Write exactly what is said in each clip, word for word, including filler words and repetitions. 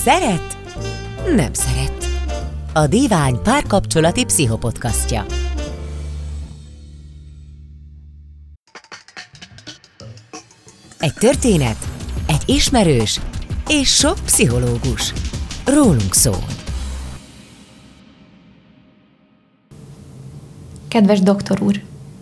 Szeret? Nem szeret. A Divány párkapcsolati pszichopodcastja. Egy történet, egy ismerős és sok pszichológus. Rólunk szól. Kedves doktor úr!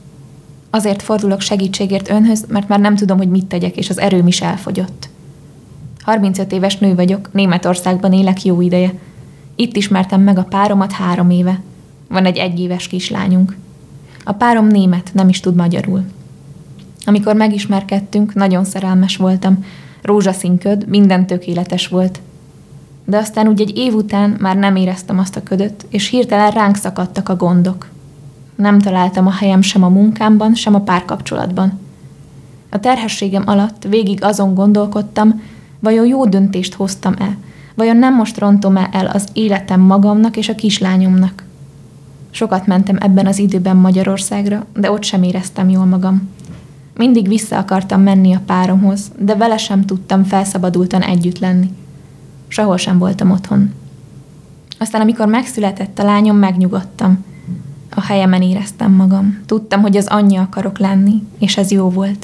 Azért fordulok segítségért önhöz, mert már nem tudom, hogy mit tegyek, és az erőm is elfogyott. harmincöt éves nő vagyok, Németországban élek jó ideje. Itt ismertem meg a páromat három éve. Van egy egyéves kislányunk. A párom német, nem is tud magyarul. Amikor megismerkedtünk, nagyon szerelmes voltam. Rózsaszín köd, minden tökéletes volt. De aztán úgy egy év után már nem éreztem azt a ködöt, és hirtelen ránk szakadtak a gondok. Nem találtam a helyem sem a munkámban, sem a párkapcsolatban. A terhességem alatt végig azon gondolkodtam, vajon jó döntést hoztam-e, vajon nem most rontom-e el az életem magamnak és a kislányomnak. Sokat mentem ebben az időben Magyarországra, de ott sem éreztem jól magam. Mindig vissza akartam menni a páromhoz, de vele sem tudtam felszabadultan együtt lenni. Sehol sem voltam otthon. Aztán, amikor megszületett a lányom, megnyugodtam. A helyemen éreztem magam. Tudtam, hogy az anyja akarok lenni, és ez jó volt.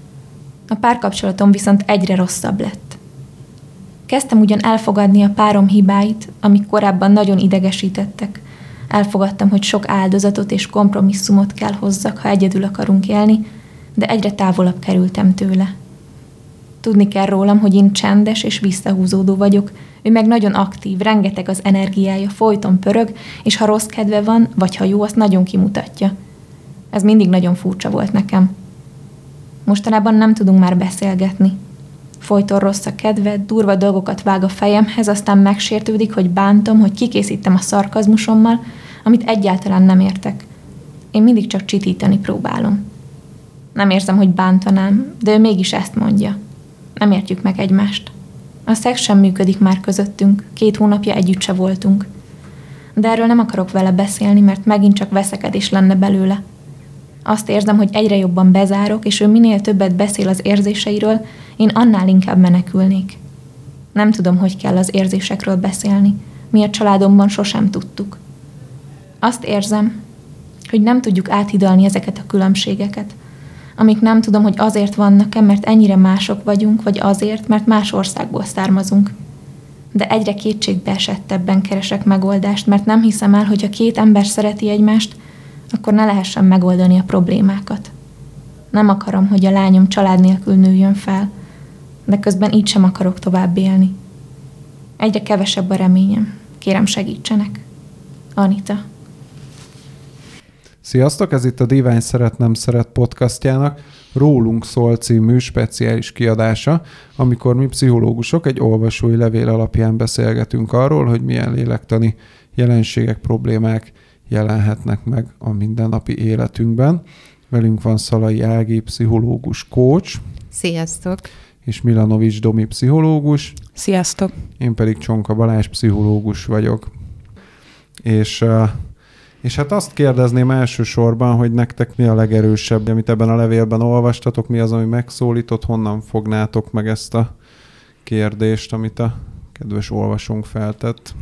A párkapcsolatom viszont egyre rosszabb lett. Kezdtem ugyan elfogadni a párom hibáit, amik korábban nagyon idegesítettek. Elfogadtam, hogy sok áldozatot és kompromisszumot kell hozzak, ha egyedül akarunk élni, de egyre távolabb kerültem tőle. Tudni kell rólam, hogy én csendes és visszahúzódó vagyok, ő meg nagyon aktív, rengeteg az energiája, folyton pörög, és ha rossz kedve van, vagy ha jó, azt nagyon kimutatja. Ez mindig nagyon furcsa volt nekem. Mostanában nem tudunk már beszélgetni. Folyton rossz a kedve, durva dolgokat vág a fejemhez, aztán megsértődik, hogy bántom, hogy kikészítem a szarkazmusommal, amit egyáltalán nem értek. Én mindig csak csitítani próbálom. Nem érzem, hogy bántanám, de ő mégis ezt mondja. Nem értjük meg egymást. A szex sem működik már közöttünk, két hónapja együtt se voltunk. De erről nem akarok vele beszélni, mert megint csak veszekedés lenne belőle. Azt érzem, hogy egyre jobban bezárok, és ő minél többet beszél az érzéseiről, én annál inkább menekülnék. Nem tudom, hogy kell az érzésekről beszélni. Mi a családomban sosem tudtuk. Azt érzem, hogy nem tudjuk áthidalni ezeket a különbségeket, amik nem tudom, hogy azért vannak-e, mert ennyire mások vagyunk, vagy azért, mert más országból származunk. De egyre kétségbe esettebben keresek megoldást, mert nem hiszem el, hogy ha két ember szereti egymást, akkor ne lehessen megoldani a problémákat. Nem akarom, hogy a lányom család nélkül nőjön fel, de közben így sem akarok tovább élni. Egyre kevesebb a reményem. Kérem, segítsenek. Anita. Sziasztok, ez itt a Divány Szeret Nem Szeret podcastjának Rólunk szól című speciális kiadása, amikor mi pszichológusok egy olvasói levél alapján beszélgetünk arról, hogy milyen lélektani jelenségek, problémák jelenhetnek meg a mindennapi életünkben. Velünk van Szalai Ági, pszichológus coach. Sziasztok! És Milanovics Domi, pszichológus. Sziasztok! Én pedig Csonka Balázs, pszichológus vagyok. És... És hát azt kérdezném elsősorban, hogy nektek mi a legerősebb, amit ebben a levélben olvastatok, mi az, ami megszólított, honnan fognátok meg ezt a kérdést, amit a kedves olvasónk feltett?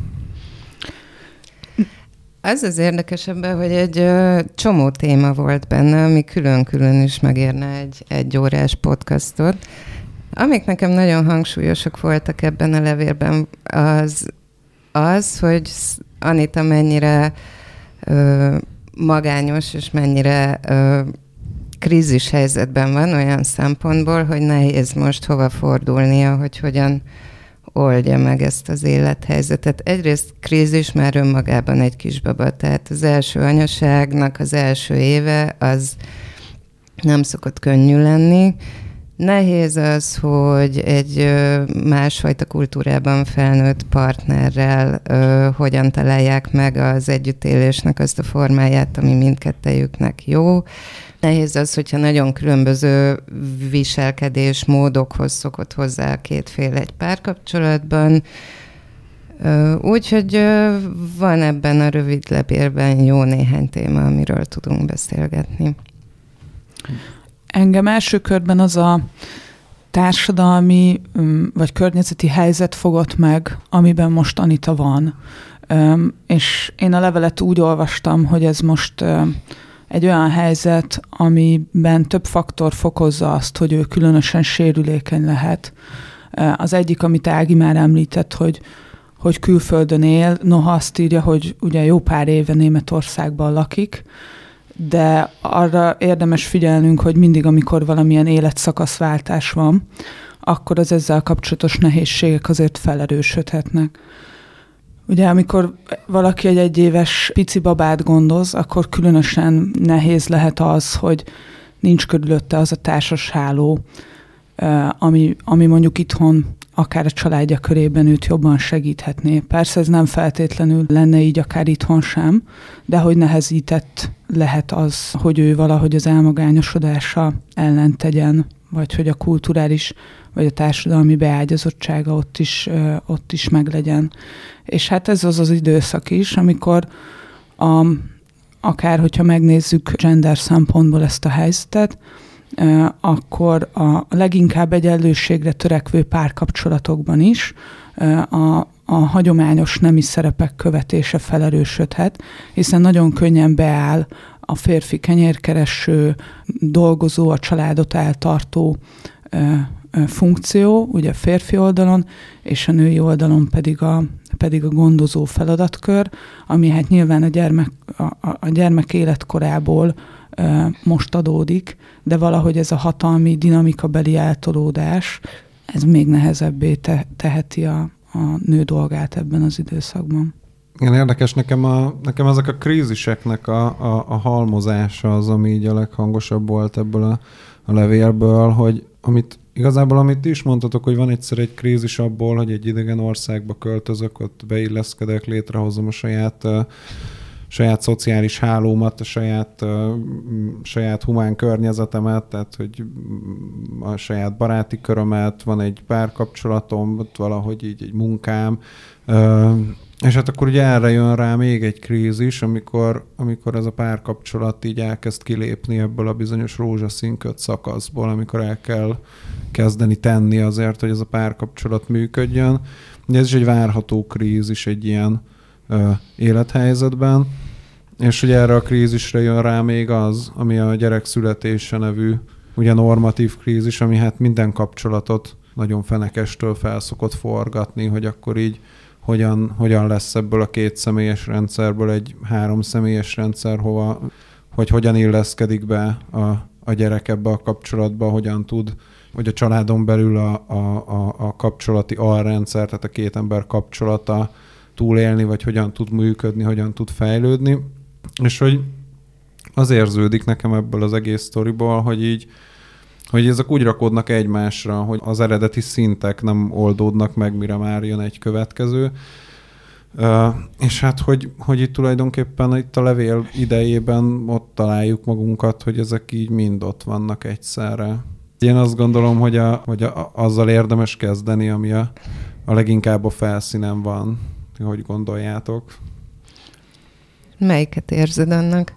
Az az érdekes ebben, hogy egy ö, csomó téma volt benne, ami külön-külön is megérne egy egyórás podcastot. Amik nekem nagyon hangsúlyosak voltak ebben a levélben, az, az hogy Anita mennyire Ö, magányos, és mennyire ö, krízis helyzetben van olyan szempontból, hogy nehéz most hova fordulnia, hogy hogyan oldja meg ezt az élethelyzetet. Egyrészt krízis már önmagában egy kisbaba, tehát az első anyaságnak az első éve az nem szokott könnyű lenni. Nehéz az, hogy egy másfajta kultúrában felnőtt partnerrel ö, hogyan találják meg az együttélésnek azt a formáját, ami mindkettejüknek jó. Nehéz az, hogyha nagyon különböző viselkedésmódokhoz szokott hozzá a két fél egy párkapcsolatban. Úgyhogy van ebben a rövid levélben jó néhány téma, amiről tudunk beszélgetni. Engem első körben az a társadalmi vagy környezeti helyzet fogott meg, amiben most Anita van. És én a levelet úgy olvastam, hogy ez most egy olyan helyzet, amiben több faktor fokozza azt, hogy ő különösen sérülékeny lehet. Az egyik, amit Ági már említett, hogy, hogy külföldön él, noha azt írja, hogy ugye jó pár éve Németországban lakik, de arra érdemes figyelnünk, hogy mindig, amikor valamilyen életszakaszváltás van, akkor az ezzel kapcsolatos nehézségek azért felerősödhetnek. Ugye, amikor valaki egy egyéves pici babát gondoz, akkor különösen nehéz lehet az, hogy nincs körülötte az a társasháló, ami, ami mondjuk itthon akár a családja körében őt jobban segíthetné. Persze ez nem feltétlenül lenne így akár itthon sem, de hogy nehezített lehet az, hogy ő valahogy az elmagányosodása ellen tegyen, vagy hogy a kulturális vagy a társadalmi beágyazottsága ott is, ott is meglegyen. És hát ez az az időszak is, amikor a, akár, hogyha megnézzük gender szempontból ezt a helyzetet, akkor a leginkább egyenlőségre törekvő párkapcsolatokban is a, a hagyományos nemi szerepek követése felerősödhet, hiszen nagyon könnyen beáll a férfi kenyérkereső, dolgozó, a családot eltartó funkció, ugye a férfi oldalon, és a női oldalon pedig a, pedig a gondozó feladatkör, ami hát nyilván a gyermek, a, a gyermek életkorából e, most adódik, de valahogy ez a hatalmi dinamikabeli eltolódás, ez még nehezebbé te, teheti a, a nő dolgát ebben az időszakban. Igen, érdekes, nekem, a, nekem ezek a kríziseknek a, a, a halmozása az, ami így a leghangosabb volt ebből a, a levélből, hogy amit igazából, amit is mondtatok, hogy van egyszer egy krízis abból, hogy egy idegen országba költözök, ott beilleszkedek, létrehozom a saját, uh, saját szociális hálómat, a saját, uh, saját humán környezetemet, tehát hogy a saját baráti körömet, van egy párkapcsolatom, ott valahogy így egy munkám, uh, és hát akkor ugye erre jön rá még egy krízis, amikor, amikor ez a párkapcsolat így elkezd kilépni ebből a bizonyos rózsaszínköt szakaszból, amikor el kell kezdeni tenni azért, hogy ez a párkapcsolat működjön. Ugye ez is egy várható krízis egy ilyen ö, élethelyzetben, és ugye erre a krízisre jön rá még az, ami a gyerek születése nevű ugye normatív krízis, ami hát minden kapcsolatot nagyon fenekestől felszokott forgatni, hogy akkor így Hogyan, hogyan lesz ebből a két személyes rendszerből egy három személyes rendszer, hova, hogy hogyan illeszkedik be a, a gyerek ebbe a kapcsolatba, hogyan tud, vagy a családon belül a, a, a, a kapcsolati alrendszer, tehát a két ember kapcsolata túlélni, vagy hogyan tud működni, hogyan tud fejlődni. És hogy az érződik nekem ebből az egész sztoriból, hogy így hogy ezek úgy rakódnak egymásra, hogy az eredeti szintek nem oldódnak meg, mire már jön egy következő. Uh, és hát, hogy, hogy itt tulajdonképpen itt a levél idejében ott találjuk magunkat, hogy ezek így mind ott vannak egyszerre. Én azt gondolom, hogy, a, hogy a, azzal érdemes kezdeni, ami a, a leginkább a felszínen van. Hogy gondoljátok? Melyiket érzed annak?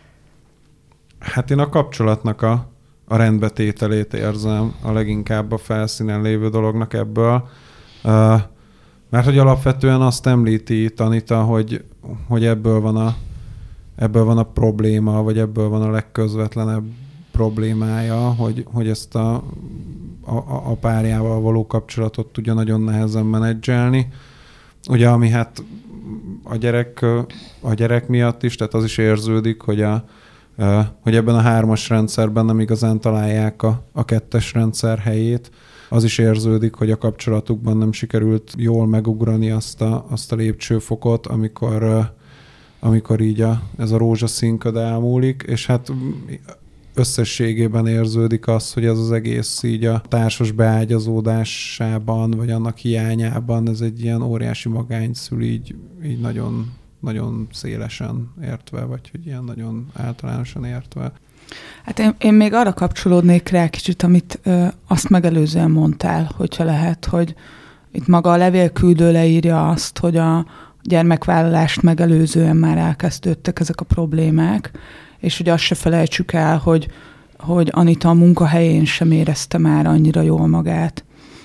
Hát én a kapcsolatnak a a rendbetételét érzem a leginkább a felszínen lévő dolognak ebből. Uh, mert hogy alapvetően azt említi itt Anita, hogy, hogy ebből van a, ebből van a probléma, vagy ebből van a legközvetlenebb problémája, hogy, hogy ezt a, a, a párjával való kapcsolatot tudja nagyon nehezen menedzselni. Ugye, ami hát a gyerek, a gyerek miatt is, tehát az is érződik, hogy a hogy ebben a hármas rendszerben nem igazán találják a, a kettes rendszer helyét. Az is érződik, hogy a kapcsolatukban nem sikerült jól megugrani azt a, azt a lépcsőfokot, amikor, amikor így a, ez a rózsaszínköd elmúlik, és hát összességében érződik az, hogy ez az egész így a társas beágyazódásában, vagy annak hiányában ez egy ilyen óriási magányt szül, így, így nagyon nagyon szélesen értve, vagy hogy ilyen nagyon általánosan értve. Hát én, én még arra kapcsolódnék rá kicsit, amit ö, azt megelőzően mondtál, hogyha lehet, hogy itt maga a levélküldő leírja azt, hogy a gyermekvállalást megelőzően már elkezdődtek ezek a problémák, és hogy azt se felejtsük el, hogy hogy Anita a munkahelyén sem érezte már annyira jól magát.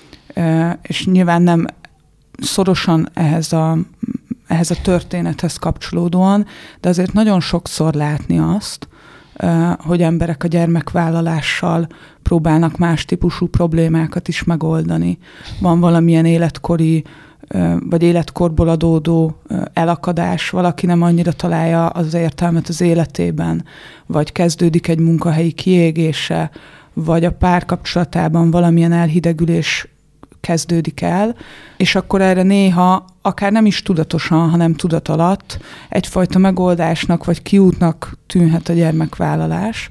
És nyilván nem szorosan ehhez a, ehhez a történethez kapcsolódóan, de azért nagyon sokszor látni azt, hogy emberek a gyermekvállalással próbálnak más típusú problémákat is megoldani. Van valamilyen életkori, vagy életkorból adódó elakadás, valaki nem annyira találja az értelmet az életében, vagy kezdődik egy munkahelyi kiégése, vagy a párkapcsolatában valamilyen elhidegülés kezdődik el, és akkor erre néha, akár nem is tudatosan, hanem tudat alatt egyfajta megoldásnak vagy kiútnak tűnhet a gyermekvállalás.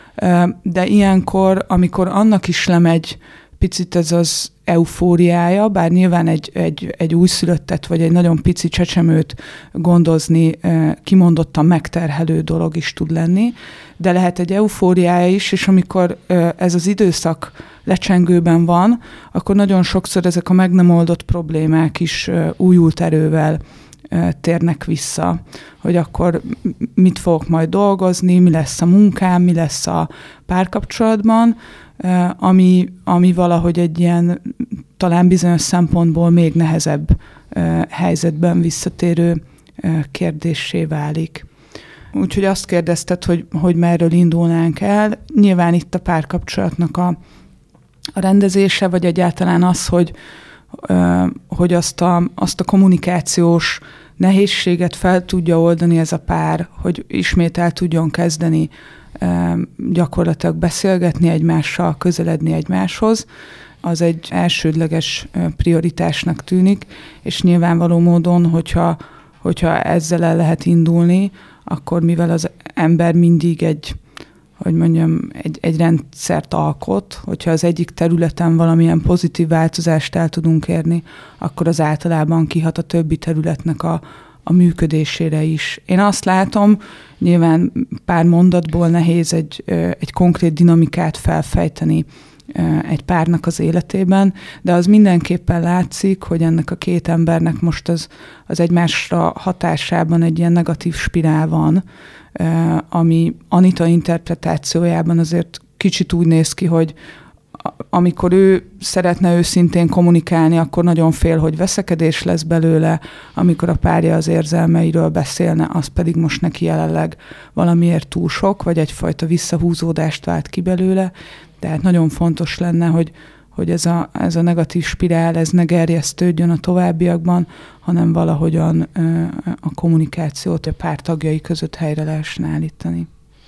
De ilyenkor, amikor annak is lemegy picit ez az eufóriája, bár nyilván egy, egy, egy újszülöttet vagy egy nagyon pici csecsemőt gondozni kimondottan megterhelő dolog is tud lenni, de lehet egy eufóriája is, és amikor ez az időszak lecsengőben van, akkor nagyon sokszor ezek a meg nem oldott problémák is újult erővel térnek vissza, hogy akkor mit fogok majd dolgozni, mi lesz a munkám, mi lesz a párkapcsolatban, ami, ami valahogy egy ilyen talán bizonyos szempontból még nehezebb helyzetben visszatérő kérdéssé válik. Úgyhogy azt kérdezted, hogy, hogy merről indulnánk el. Nyilván itt a párkapcsolatnak a, a rendezése, vagy egyáltalán az, hogy, hogy azt, a, azt a kommunikációs nehézséget fel tudja oldani ez a pár, hogy ismét el tudjon kezdeni gyakorlatilag beszélgetni egymással, közeledni egymáshoz, az egy elsődleges prioritásnak tűnik, és nyilvánvaló módon, hogyha, hogyha ezzel el lehet indulni, akkor mivel az ember mindig egy, hogy mondjam, egy, egy rendszert alkot, hogyha az egyik területen valamilyen pozitív változást el tudunk érni, akkor az általában kihat a többi területnek a, a működésére is. Én azt látom, nyilván pár mondatból nehéz egy, egy konkrét dinamikát felfejteni egy párnak az életében, de az mindenképpen látszik, hogy ennek a két embernek most az, az egymásra hatásában egy ilyen negatív spirál van, ami Anita interpretációjában azért kicsit úgy néz ki, hogy amikor ő szeretne őszintén kommunikálni, akkor nagyon fél, hogy veszekedés lesz belőle, amikor a párja az érzelmeiről beszélne, az pedig most neki jelenleg valamiért túl sok, vagy egyfajta visszahúzódást vált ki belőle. Tehát nagyon fontos lenne, hogy, hogy ez, a, ez a negatív spirál, ez ne gerjesztődjön a továbbiakban, hanem valahogyan a kommunikációt a pár tagjai között helyre lehessen állítani.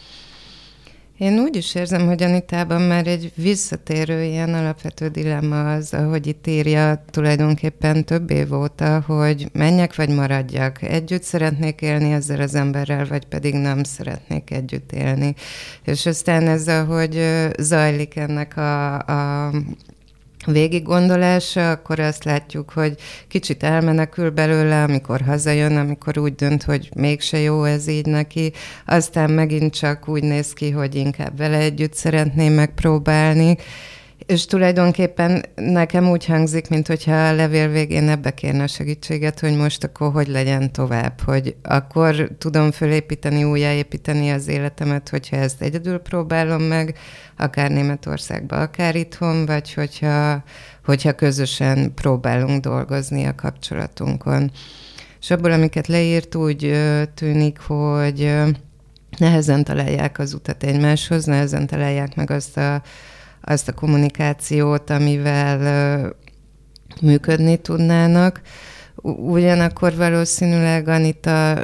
Én úgy is érzem, hogy Anitában már egy visszatérő ilyen alapvető dilemma az, ahogy itt írja tulajdonképpen több év óta, hogy menjek vagy maradjak. Együtt szeretnék élni ezzel az emberrel, vagy pedig nem szeretnék együtt élni. És aztán ez, ahogy zajlik ennek a... a végig gondolása, akkor azt látjuk, hogy kicsit elmenekül belőle, amikor hazajön, amikor úgy dönt, hogy mégse jó ez így neki, aztán megint csak úgy néz ki, hogy inkább vele együtt szeretné megpróbálni, és tulajdonképpen nekem úgy hangzik, mint hogyha a levél végén ebbe kérne a segítséget, hogy most akkor hogy legyen tovább, hogy akkor tudom fölépíteni, újjáépíteni az életemet, hogyha ezt egyedül próbálom meg, akár Németországban, akár itthon, vagy hogyha, hogyha közösen próbálunk dolgozni a kapcsolatunkon. És abból, amiket leírt, úgy tűnik, hogy nehezen találják az utat egymáshoz, nehezen találják meg azt a azt a kommunikációt, amivel ö, működni tudnának. Ugyanakkor valószínűleg Anita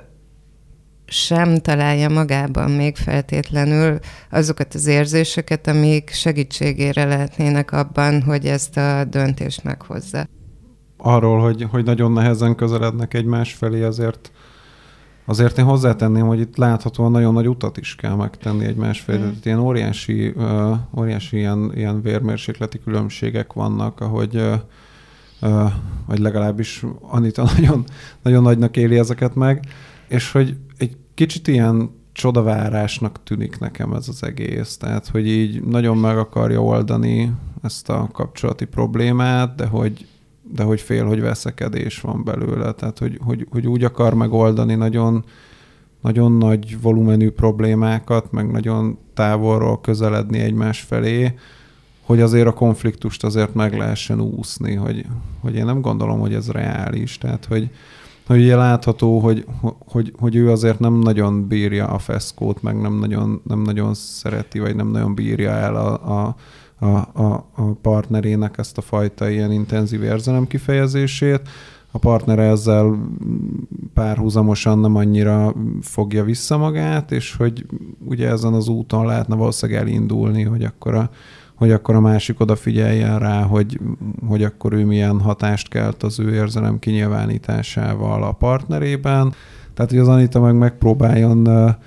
sem találja magában még feltétlenül azokat az érzéseket, amik segítségére lehetnének abban, hogy ezt a döntést meghozza. Arról, hogy, hogy nagyon nehezen közelednek egymás felé, azért Azért én hozzátenném, hogy itt láthatóan nagyon nagy utat is kell megtenni egymás felé. Mm. Tehát ilyen óriási, uh, óriási ilyen, ilyen vérmérsékleti különbségek vannak, ahogy uh, uh, vagy legalábbis Anita nagyon, nagyon nagynak éli ezeket meg, és hogy egy kicsit ilyen csodavárásnak tűnik nekem ez az egész. Tehát, hogy így nagyon meg akarja oldani ezt a kapcsolati problémát, de hogy de hogy fél, hogy veszekedés van belőle. Tehát, hogy, hogy, hogy úgy akar megoldani nagyon nagyon nagy volumenű problémákat, meg nagyon távolról közeledni egymás felé, hogy azért a konfliktust azért meg lehessen úszni, hogy, hogy én nem gondolom, hogy ez reális. Tehát, hogy, hogy ugye látható, hogy, hogy, hogy ő azért nem nagyon bírja a feszkót, meg nem nagyon, nem nagyon szereti, vagy nem nagyon bírja el a, a, a, a, a partnerének ezt a fajta ilyen intenzív érzelem kifejezését. A partnere ezzel párhuzamosan nem annyira fogja vissza magát, és hogy ugye ezen az úton lehetne valószínűleg elindulni, hogy akkor a, hogy akkor a másik odafigyeljen rá, hogy, hogy akkor ő milyen hatást kelt az ő érzelem kinyilvánításával a partnerében. Tehát, hogy az Anita meg megpróbáljon,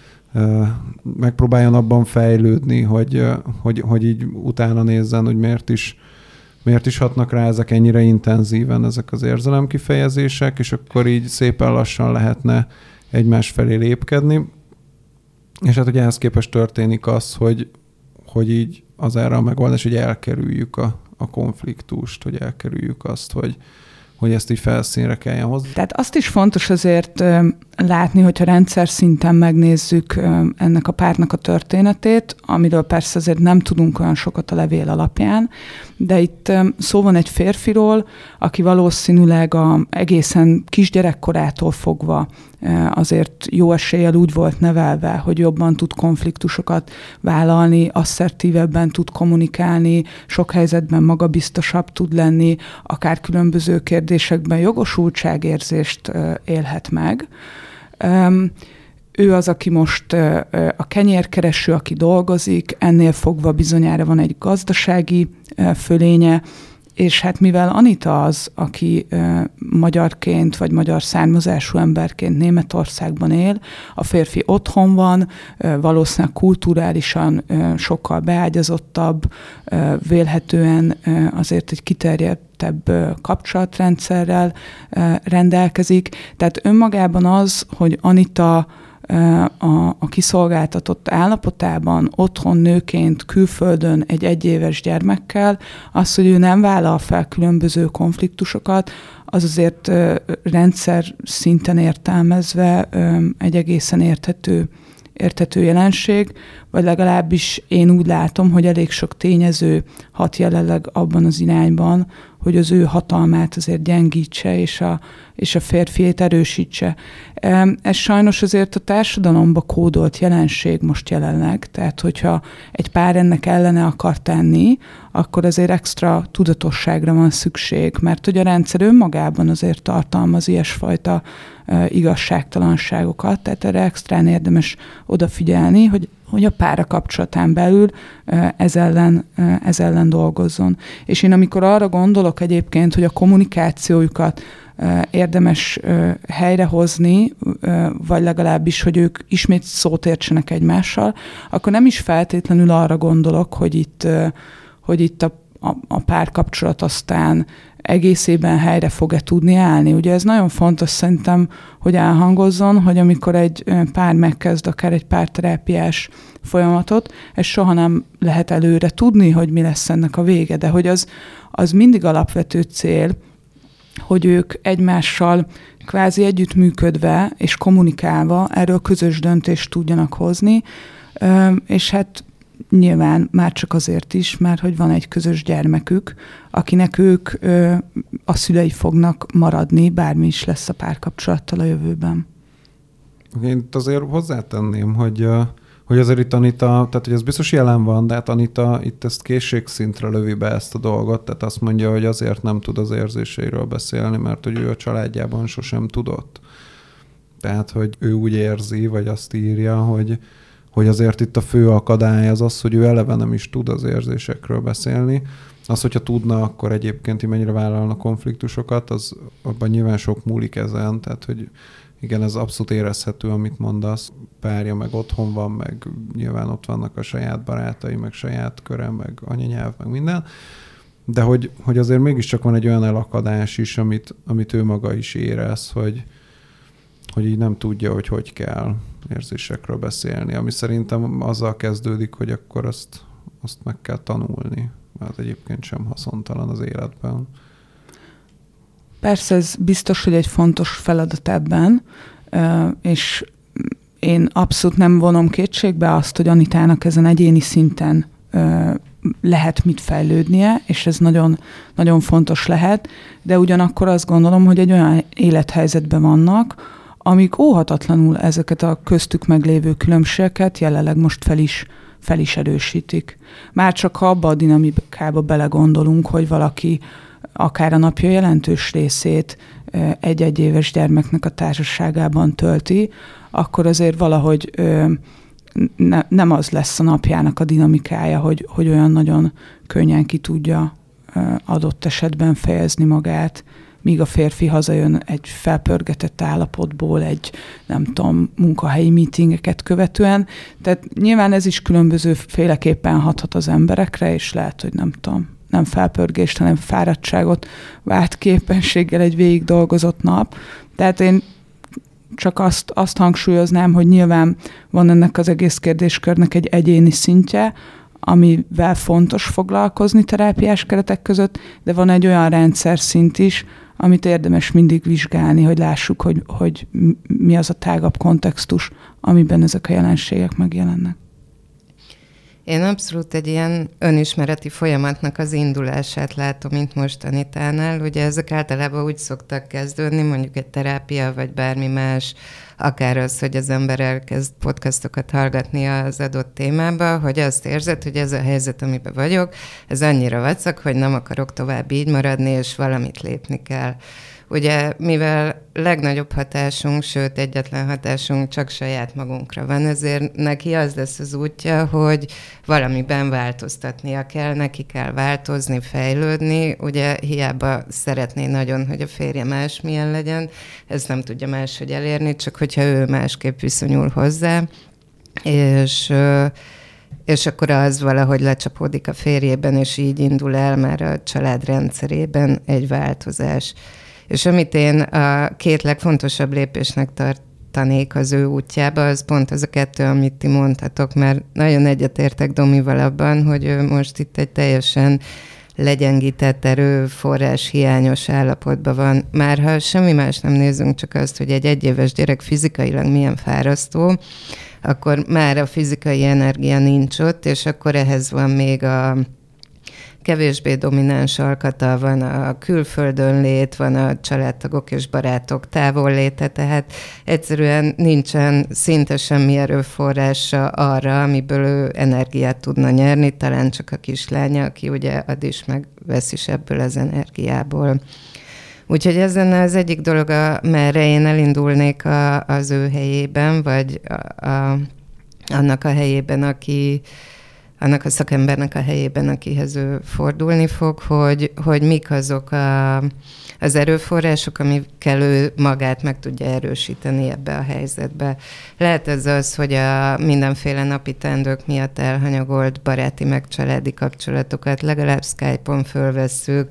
megpróbáljon abban fejlődni, hogy, hogy, hogy így utána nézzen, hogy miért is Miért is hatnak rá ezek ennyire intenzíven, ezek az érzelemkifejezések, és akkor így szépen lassan lehetne egymás felé lépkedni. És hát ugye ehhez képest történik az, hogy, hogy így az erre a megoldás, hogy elkerüljük a, a konfliktust, hogy elkerüljük azt, hogy, hogy ezt így felszínre kelljen hozni. Tehát azt is fontos azért ö, látni, hogyha rendszer szinten megnézzük ö, ennek a párnak a történetét, amiről persze azért nem tudunk olyan sokat a levél alapján, de itt ö, szó van egy férfiról, aki valószínűleg a egészen kisgyerekkorától fogva ö, azért jó eséllyel úgy volt nevelve, hogy jobban tud konfliktusokat vállalni, asszertívebben tud kommunikálni, sok helyzetben magabiztosabb tud lenni, akár különböző kérdésekben jogosultságérzést ö, élhet meg. Um, ő az, aki most uh, a kenyérkereső, aki dolgozik, ennél fogva bizonyára van egy gazdasági uh, fölénye, és hát mivel Anita az, aki uh, magyarként vagy magyar származású emberként Németországban él, a férfi otthon van, uh, valószínűleg kulturálisan uh, sokkal beágyazottabb, uh, vélhetően uh, azért egy kiterjedtebb uh, kapcsolatrendszerrel uh, rendelkezik. Tehát önmagában az, hogy Anita A, a kiszolgáltatott állapotában, otthon nőként, külföldön egy egyéves gyermekkel, az, hogy ő nem vállal fel különböző konfliktusokat, az azért ö, rendszer szinten értelmezve ö, egy egészen érthető, érthető jelenség, vagy legalábbis én úgy látom, hogy elég sok tényező hat jelenleg abban az irányban, hogy az ő hatalmát azért gyengítse, és a, és a férfiét erősítse. Ez sajnos azért a társadalomba kódolt jelenség most jelenleg, tehát hogyha egy pár ennek ellene akar tenni, akkor azért extra tudatosságra van szükség, mert hogy a rendszer önmagában azért tartalmaz ilyesfajta uh, igazságtalanságokat, tehát erre extrán érdemes odafigyelni, hogy hogy a pára kapcsolatán belül ez ellen, ez ellen dolgozzon. És én amikor arra gondolok egyébként, hogy a kommunikációjukat érdemes helyrehozni, vagy legalábbis, hogy ők ismét szót értsenek egymással, akkor nem is feltétlenül arra gondolok, hogy itt, hogy itt a, a, a párkapcsolat aztán egészében helyre fog-e tudni állni. Ugye ez nagyon fontos szerintem, hogy elhangozzon, hogy amikor egy pár megkezd akár egy párterápiás folyamatot, ez soha nem lehet előre tudni, hogy mi lesz ennek a vége, de hogy az, az mindig alapvető cél, hogy ők egymással kvázi együttműködve és kommunikálva erről közös döntést tudjanak hozni, és hát nyilván már csak azért is, mert hogy van egy közös gyermekük, akinek ők ö, a szülei fognak maradni, bármi is lesz a párkapcsolattal a jövőben. Én azért hozzátenném, hogy, hogy azért itt Anita, tehát hogy ez biztos jelen van, de hát Anita itt ezt készségszintre lövi be ezt a dolgot, tehát azt mondja, hogy azért nem tud az érzéseiről beszélni, mert hogy ő a családjában sosem tudott. Tehát, hogy ő úgy érzi, vagy azt írja, hogy hogy azért itt a fő akadály az az, hogy ő eleve nem is tud az érzésekről beszélni. Az, hogyha tudna, akkor egyébként mennyire vállalna konfliktusokat, az abban nyilván sok múlik ezen, tehát hogy igen, ez abszolút érezhető, amit mondasz. Párja meg otthon van, meg nyilván ott vannak a saját barátai, meg saját köre, meg anyanyelv, meg minden. De hogy, hogy azért mégiscsak van egy olyan elakadás is, amit, amit ő maga is érez, hogy, hogy így nem tudja, hogy hogy kell érzésekről beszélni, ami szerintem azzal kezdődik, hogy akkor azt, azt meg kell tanulni, mert egyébként sem haszontalan az életben. Persze ez biztos, hogy egy fontos feladat ebben, és én abszolút nem vonom kétségbe azt, hogy Anitának ezen egyéni szinten ö, lehet mit fejlődnie, és ez nagyon, nagyon fontos lehet, de ugyanakkor azt gondolom, hogy egy olyan élethelyzetben vannak, amik óhatatlanul ezeket a köztük meglévő különbségeket jelenleg most fel is, fel is erősítik. Már csak ha abba a dinamikába belegondolunk, hogy valaki akár a napja jelentős részét egy-egy éves gyermeknek a társaságában tölti, akkor azért valahogy ne, nem az lesz a napjának a dinamikája, hogy, hogy olyan nagyon könnyen ki tudja adott esetben fejezni magát, míg a férfi hazajön egy felpörgetett állapotból, egy, nem tudom, munkahelyi meetingeket követően. Tehát nyilván ez is különböző féleképpen hathat az emberekre, és lehet, hogy nem tudom, nem felpörgést, hanem fáradtságot vált képességgel egy végig dolgozott nap. Tehát én csak azt, azt hangsúlyoznám, hogy nyilván van ennek az egész kérdéskörnek egy egyéni szintje, amivel fontos foglalkozni terápiás keretek között, de van egy olyan rendszer szint is, amit érdemes mindig vizsgálni, hogy lássuk, hogy, hogy mi az a tágabb kontextus, amiben ezek a jelenségek megjelennek. Én abszolút egy ilyen önismereti folyamatnak az indulását látom, mint most Anitánál. Ugye ezek általában úgy szoktak kezdődni, mondjuk egy terápia, vagy bármi más, akár az, hogy az ember elkezd podcastokat hallgatni az adott témába, hogy azt érzed, hogy ez a helyzet, amiben vagyok, ez annyira vacak, hogy nem akarok tovább így maradni, és valamit lépni kell. Ugye, mivel legnagyobb hatásunk, sőt egyetlen hatásunk csak saját magunkra van, ezért neki az lesz az útja, hogy valamiben változtatnia kell, neki kell változni, fejlődni. Ugye hiába szeretné nagyon, hogy a férje másmilyen legyen, ezt nem tudja máshogy elérni, csak hogyha ő másképp viszonyul hozzá, és... és akkor az valahogy lecsapódik a férjében, és így indul el már a család rendszerében egy változás. És amit én a két legfontosabb lépésnek tartanék az ő útjába, az pont az a kettő, amit ti mondhatok, mert nagyon egyetértek Domival abban, hogy ő most itt egy teljesen legyengített erőforrás hiányos állapotban van. Már ha semmi más nem nézünk, csak azt, hogy egy egyéves gyerek fizikailag milyen fárasztó, akkor már a fizikai energia nincs ott, és akkor ehhez van még a kevésbé domináns alkata, van a külföldön lét, van a családtagok és barátok távolléte, tehát egyszerűen nincsen szinte semmi erőforrása arra, amiből ő energiát tudna nyerni, talán csak a kislánya, aki ugye ad is, meg vesz is ebből az energiából. Úgyhogy ez lenne az egyik dolog, merre én elindulnék a, az ő helyében, vagy a, a, annak a helyében, aki annak a szakembernek a helyében, akihez ő fordulni fog, hogy, hogy mik azok a, az erőforrások, amikkel ő magát meg tudja erősíteni ebbe a helyzetbe. Lehet ez az, hogy a mindenféle napi teendők miatt elhanyagolt baráti meg családi kapcsolatokat legalább Skype-on fölvesszük,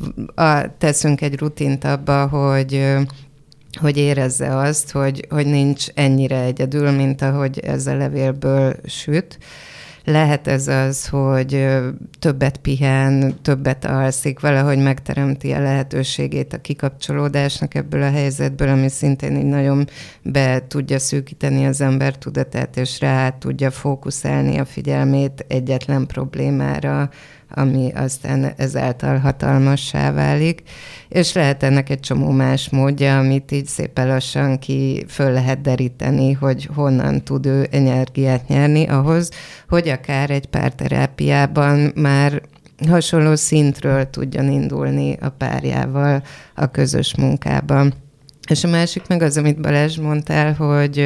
a, teszünk egy rutint abba, hogy hogy érezze azt, hogy, hogy nincs ennyire egyedül, mint ahogy ez a levélből süt. Lehet ez az, hogy többet pihen, többet alszik, valahogy megteremti a lehetőségét a kikapcsolódásnak ebből a helyzetből, ami szintén így nagyon be tudja szűkíteni az ember tudatát, és rá tudja fókuszálni a figyelmét egyetlen problémára, ami aztán ezáltal hatalmassá válik. És lehet ennek egy csomó más módja, amit így szépen lassan ki föl lehet deríteni, hogy honnan tud ő energiát nyerni ahhoz, hogy akár egy párterápiában már hasonló szintről tudjon indulni a párjával a közös munkában. És a másik meg az, amit Balázs mondtál, hogy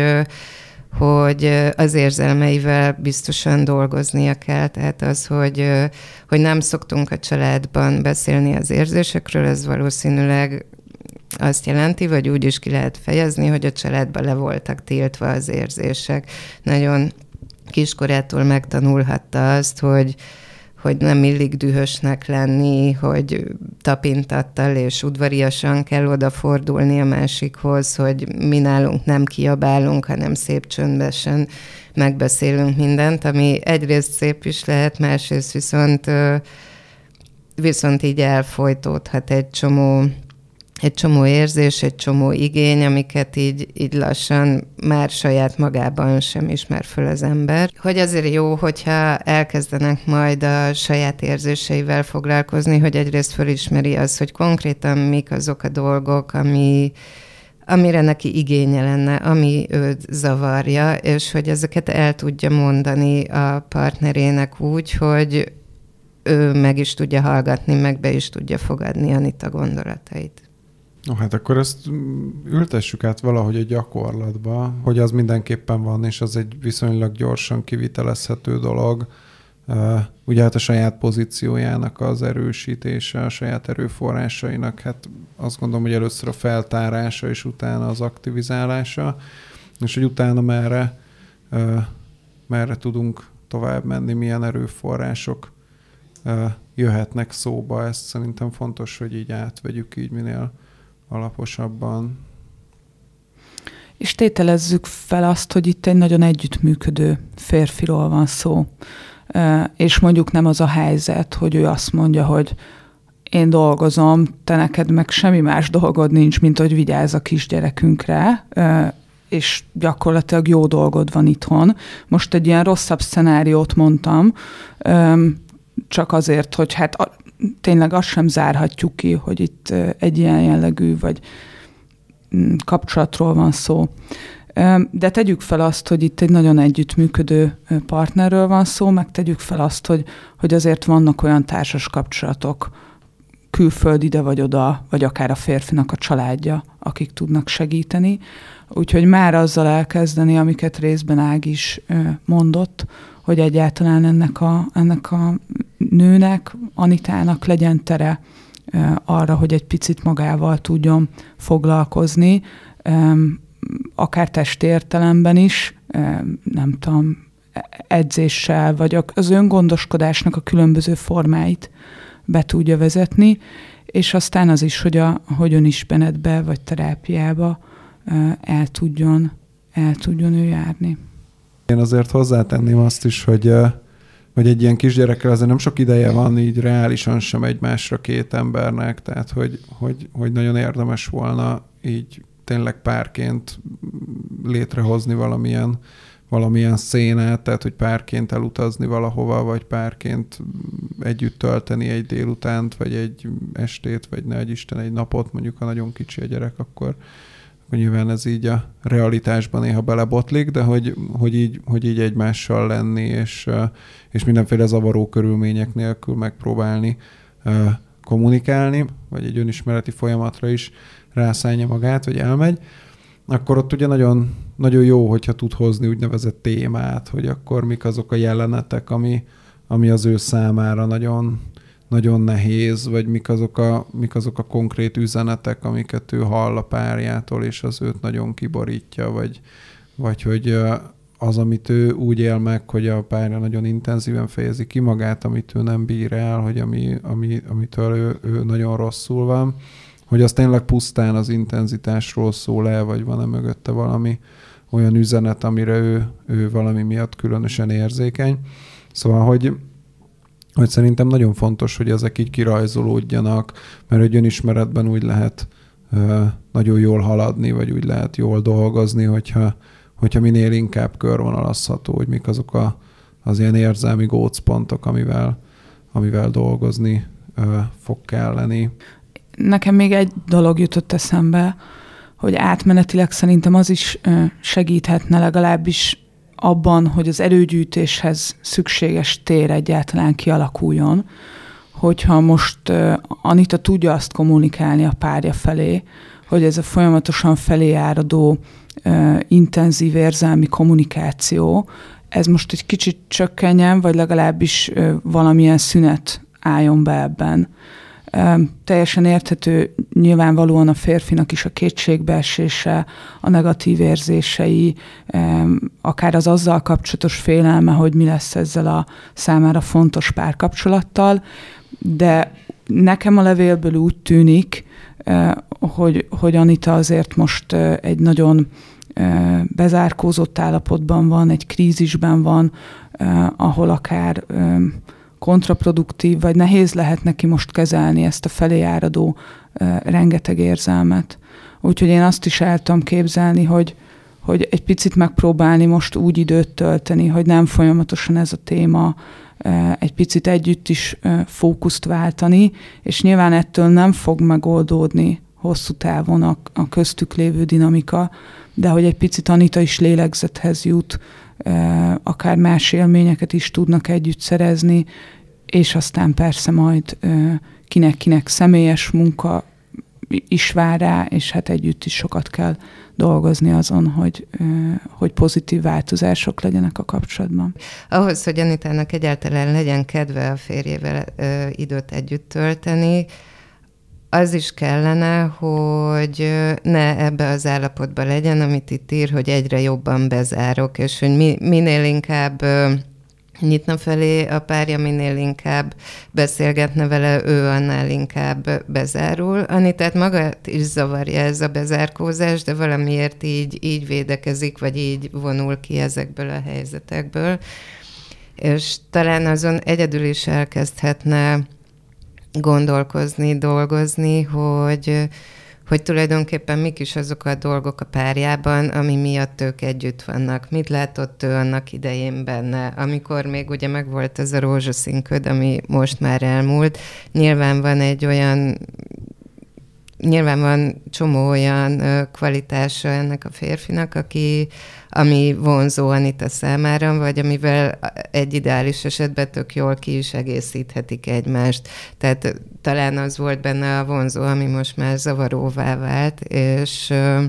hogy az érzelmeivel biztosan dolgoznia kell, tehát az, hogy, hogy nem szoktunk a családban beszélni az érzésekről, ez valószínűleg azt jelenti, vagy úgy is ki lehet fejezni, hogy a családban le voltak tiltva az érzések. Nagyon kiskorától megtanulhatta azt, hogy hogy nem illik dühösnek lenni, hogy tapintattal és udvariasan kell odafordulni a másikhoz, hogy mi nálunk nem kiabálunk, hanem szép csöndesen megbeszélünk mindent, ami egyrészt szép is lehet, másrészt viszont, viszont így elfojtódhat egy csomó egy csomó érzés, egy csomó igény, amiket így, így lassan már saját magában sem ismer föl az ember. Hogy azért jó, hogyha elkezdenek majd a saját érzéseivel foglalkozni, hogy egyrészt fölismeri az, hogy konkrétan mik azok a dolgok, ami, amire neki igénye lenne, ami őt zavarja, és hogy ezeket el tudja mondani a partnerének úgy, hogy ő meg is tudja hallgatni, meg be is tudja fogadni Anita gondolatait. No, hát akkor ezt ültessük át valahogy a gyakorlatba, hogy az mindenképpen van, és az egy viszonylag gyorsan kivitelezhető dolog. Ugye hát a saját pozíciójának az erősítése, a saját erőforrásainak, hát azt gondolom, hogy először a feltárása, és utána az aktivizálása, és hogy utána merre, merre tudunk tovább menni, milyen erőforrások jöhetnek szóba. Ezt szerintem fontos, hogy így átvegyük így minél alaposabban. És tételezzük fel azt, hogy itt egy nagyon együttműködő férfiról van szó. És mondjuk nem az a helyzet, hogy ő azt mondja, hogy én dolgozom, te neked meg semmi más dolgod nincs, mint hogy vigyázz a kisgyerekünkre, és gyakorlatilag jó dolgod van itthon. Most egy ilyen rosszabb szenáriót mondtam, csak azért, hogy hát tényleg azt sem zárhatjuk ki, hogy itt egy ilyen jellegű vagy kapcsolatról van szó. De tegyük fel azt, hogy itt egy nagyon együttműködő partnerről van szó, meg tegyük fel azt, hogy, hogy azért vannak olyan társas kapcsolatok, külföld ide vagy oda, vagy akár a férfinak a családja, akik tudnak segíteni. Úgyhogy már azzal elkezdeni, amiket részben Ági is mondott, hogy egyáltalán ennek a, ennek a nőnek, Anitának legyen tere arra, hogy egy picit magával tudjon foglalkozni, akár testi értelemben is, nem tudom, edzéssel, vagy az öngondoskodásnak a különböző formáit be tudja vezetni, és aztán az is, hogy, a, hogy önismeretbe vagy terápiába el tudjon, el tudjon ő járni. Én azért hozzátenném azt is, hogy, hogy egy ilyen kisgyerekkel azért nem sok ideje van így reálisan sem egymásra két embernek, tehát hogy, hogy, hogy nagyon érdemes volna így tényleg párként létrehozni valamilyen, valamilyen szénát, tehát hogy párként elutazni valahova, vagy párként együtt tölteni egy délutánt, vagy egy estét, vagy ne Isten egy napot, mondjuk ha nagyon kicsi a gyerek, akkor, akkor nyilván ez így a realitásban néha belebotlik, de hogy, hogy, így, hogy így egymással lenni, és, és mindenféle zavaró körülmények nélkül megpróbálni kommunikálni, vagy egy önismereti folyamatra is rászállja magát, vagy elmegy, akkor ott ugye nagyon, nagyon jó, hogyha tud hozni úgynevezett témát, hogy akkor mik azok a jelenetek, ami, ami az ő számára nagyon, nagyon nehéz, vagy mik azok, a, mik azok a konkrét üzenetek, amiket ő hall a párjától, és az őt nagyon kiborítja, vagy, vagy hogy az, amit ő úgy él meg, hogy a párja nagyon intenzíven fejezi ki magát, amit ő nem bír el, hogy ami, ami, amitől ő, ő nagyon rosszul van, hogy az tényleg pusztán az intenzitásról szól el, vagy van-e mögötte valami olyan üzenet, amire ő, ő valami miatt különösen érzékeny. Szóval, hogy, hogy szerintem nagyon fontos, hogy ezek így kirajzolódjanak, mert egy önismeretben úgy lehet uh, nagyon jól haladni, vagy úgy lehet jól dolgozni, hogyha, hogyha minél inkább körvonalazható, hogy mik azok a, az ilyen érzelmi gócpontok, amivel, amivel dolgozni uh, fog kelleni. Nekem még egy dolog jutott eszembe, hogy átmenetileg szerintem az is segíthetne legalábbis abban, hogy az erőgyűjtéshez szükséges tér egyáltalán kialakuljon, hogyha most Anita tudja azt kommunikálni a párja felé, hogy ez a folyamatosan felé áradó intenzív érzelmi kommunikáció, ez most egy kicsit csökkenjen, vagy legalábbis valamilyen szünet álljon be ebben. Teljesen érthető nyilvánvalóan a férfinak is a kétségbeesése, a negatív érzései, akár az azzal kapcsolatos félelme, hogy mi lesz ezzel a számára fontos párkapcsolattal, de nekem a levélből úgy tűnik, hogy, hogy Anita azért most egy nagyon bezárkózott állapotban van, egy krízisben van, ahol akár kontraproduktív, vagy nehéz lehet neki most kezelni ezt a felé áradó uh, rengeteg érzelmet. Úgyhogy én azt is el tudom képzelni, hogy, hogy egy picit megpróbálni most úgy időt tölteni, hogy nem folyamatosan ez a téma, uh, egy picit együtt is uh, fókuszt váltani, és nyilván ettől nem fog megoldódni hosszú távon a, a köztük lévő dinamika, de hogy egy picit Anita is lélegzethez jut, akár más élményeket is tudnak együtt szerezni, és aztán persze majd kinek-kinek személyes munka is vár rá, és hát együtt is sokat kell dolgozni azon, hogy, hogy pozitív változások legyenek a kapcsolatban. Ahhoz, hogy Anitának egyáltalán legyen kedve a férjével időt együtt tölteni, az is kellene, hogy ne ebbe az állapotba legyen, amit itt ír, hogy egyre jobban bezárok, és hogy mi, minél inkább nyitna felé a párja, minél inkább beszélgetne vele, ő annál inkább bezárul. Anitát magát is zavarja ez a bezárkózás, de valamiért így, így védekezik, vagy így vonul ki ezekből a helyzetekből. És talán azon egyedül is elkezdhetne gondolkozni, dolgozni, hogy, hogy tulajdonképpen mik is azok a dolgok a párjában, ami miatt ők együtt vannak. Mit látott ő annak idején benne, amikor még ugye megvolt ez a rózsaszínköd, ami most már elmúlt. Nyilván van egy olyan, nyilván van csomó olyan kvalitása ennek a férfinak, aki, ami vonzó Anita számára, vagy amivel egy ideális esetben tök jól ki is egészíthetik egymást. Tehát talán az volt benne a vonzó, ami most már zavaróvá vált, és,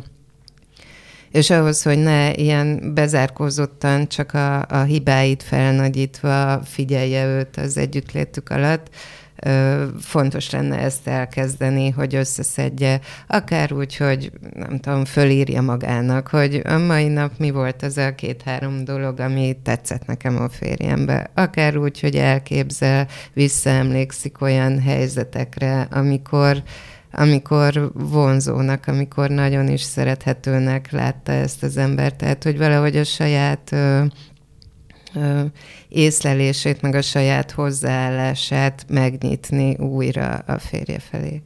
és ahhoz, hogy ne ilyen bezárkózottan csak a, a hibáit felnagyítva figyelje őt az együttlétük alatt, fontos lenne ezt elkezdeni, hogy összeszedje, akár úgy, hogy nem tudom, fölírja magának, hogy a mai nap mi volt az a két-három dolog, ami tetszett nekem a férjembe. Akár úgy, hogy elképzel, visszaemlékszik olyan helyzetekre, amikor amikor vonzónak, amikor nagyon is szerethetőnek látta ezt az embert. Tehát, hogy valahogy a saját ö, ö, észlelését, meg a saját hozzáállását megnyitni újra a férje felé.